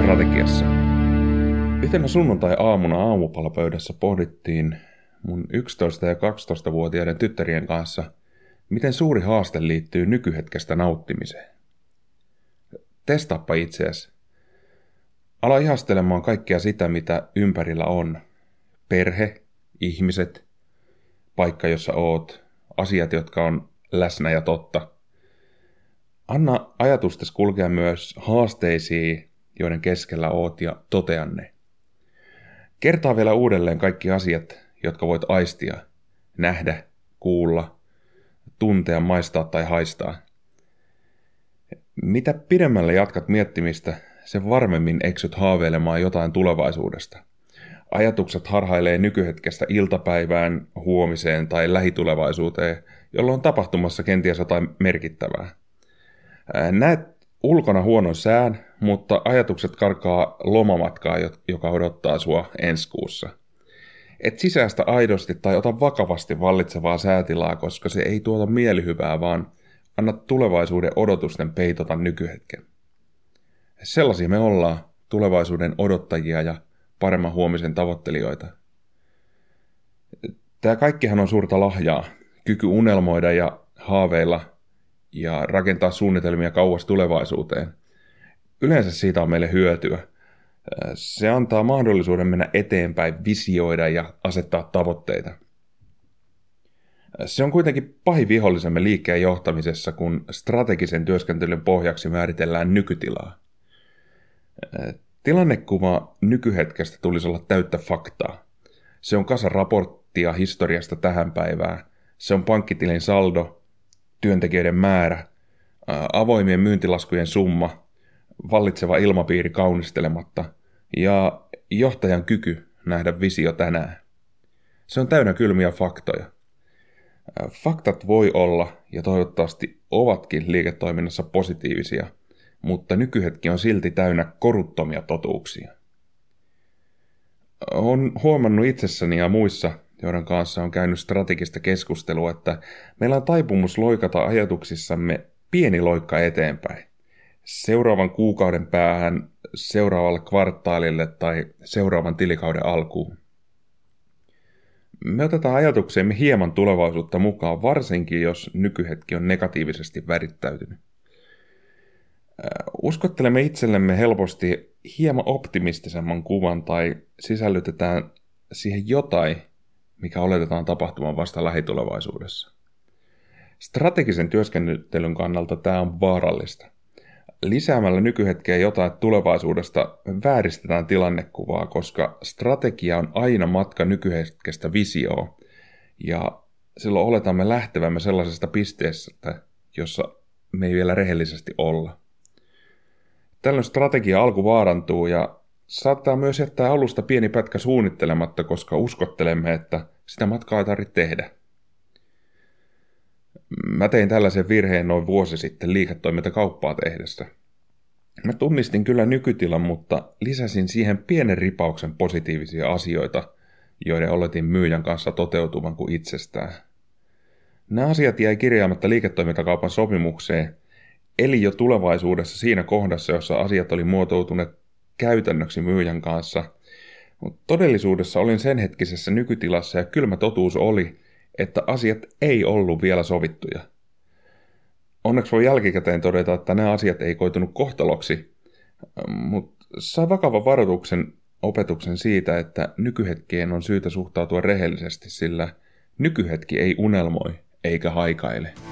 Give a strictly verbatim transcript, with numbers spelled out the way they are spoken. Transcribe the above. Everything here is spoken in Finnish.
strategiassa. Yhtenä sunnuntai-aamuna aamupalapöydässä pohdittiin mun yksitoista- ja kaksitoistavuotiaiden tyttärien kanssa, miten suuri haaste liittyy nykyhetkestä nauttimiseen. Testaappa itseäsi. Ala ihastelemaan kaikkea sitä, mitä ympärillä on. Perhe, ihmiset, paikka, jossa oot, asiat, jotka on läsnä ja totta. Anna ajatustesi kulkea myös haasteisiin, joiden keskellä oot, ja totea ne. Kertaa vielä uudelleen kaikki asiat, jotka voit aistia, nähdä, kuulla, tuntea, maistaa tai haistaa. Mitä pidemmälle jatkat miettimistä, sen varmemmin eksyt haaveilemaan jotain tulevaisuudesta. Ajatukset harhailee nykyhetkestä iltapäivään, huomiseen tai lähitulevaisuuteen, jolloin on tapahtumassa kenties jotain merkittävää. Näet ulkona huonon sään, mutta ajatukset karkaa lomamatkaa, joka odottaa sua ensi kuussa. Et sisäistä aidosti tai ota vakavasti vallitsevaa säätilaa, koska se ei tuota mielihyvää, vaan anna tulevaisuuden odotusten peitota nykyhetken. Sellaisia me ollaan, tulevaisuuden odottajia ja paremman huomisen tavoittelijoita. Tämä kaikkihan on suurta lahjaa, kyky unelmoida ja haaveilla ja rakentaa suunnitelmia kauas tulevaisuuteen. Yleensä siitä on meille hyötyä. Se antaa mahdollisuuden mennä eteenpäin, visioida ja asettaa tavoitteita. Se on kuitenkin pahin vihollisemme liikkeen johtamisessa, kun strategisen työskentelyn pohjaksi määritellään nykytilaa. Tilannekuva nykyhetkestä tulisi olla täyttä faktaa. Se on kasa raporttia historiasta tähän päivään. Se on pankkitilin saldo, työntekijöiden määrä, avoimien myyntilaskujen summa, vallitseva ilmapiiri kaunistelematta ja johtajan kyky nähdä visio tänään. Se on täynnä kylmiä faktoja. Faktat voi olla ja toivottavasti ovatkin liiketoiminnassa positiivisia, mutta nykyhetki on silti täynnä koruttomia totuuksia. Olen huomannut itsessäni ja muissa, joiden kanssa on käynyt strategista keskustelua, että meillä on taipumus loikata ajatuksissamme pieni loikka eteenpäin. Seuraavan kuukauden päähän, seuraavalle kvartaalille tai seuraavan tilikauden alkuun. Me otetaan ajatukseemme hieman tulevaisuutta mukaan, varsinkin jos nykyhetki on negatiivisesti värittäytynyt. Uskottelemme itsellemme helposti hieman optimistisemman kuvan tai sisällytetään siihen jotain, mikä oletetaan tapahtuman vasta lähitulevaisuudessa. Strategisen työskentelyn kannalta tämä on vaarallista. Lisäämällä nykyhetkeä jotain tulevaisuudesta vääristetään tilannekuvaa, koska strategia on aina matka nykyhetkestä visioon, ja silloin oletamme lähtevämme sellaisesta pisteestä, jossa me ei vielä rehellisesti olla. Tällöin strategia alku vaarantuu ja saattaa myös jättää alusta pieni pätkä suunnittelematta, koska uskottelemme, että sitä matkaa ei tarvitse tehdä. Mä tein tällaisen virheen noin vuosi sitten liiketoimintakauppaa tehdessä. Mä tunnistin kyllä nykytilan, mutta lisäsin siihen pienen ripauksen positiivisia asioita, joiden oletin myyjän kanssa toteutuvan kuin itsestään. Nämä asiat jäi kirjaamatta liiketoimintakaupan sopimukseen, eli jo tulevaisuudessa siinä kohdassa, jossa asiat oli muotoutuneet käytännöksi myyjän kanssa. Mutta todellisuudessa olin sen hetkisessä nykytilassa ja kylmä totuus oli, että asiat ei ollut vielä sovittuja. Onneksi voi jälkikäteen todeta, että nämä asiat ei koitunut kohtaloksi, mutta sai vakavan varoituksen opetuksen siitä, että nykyhetkeen on syytä suhtautua rehellisesti, sillä nykyhetki ei unelmoi eikä haikaile.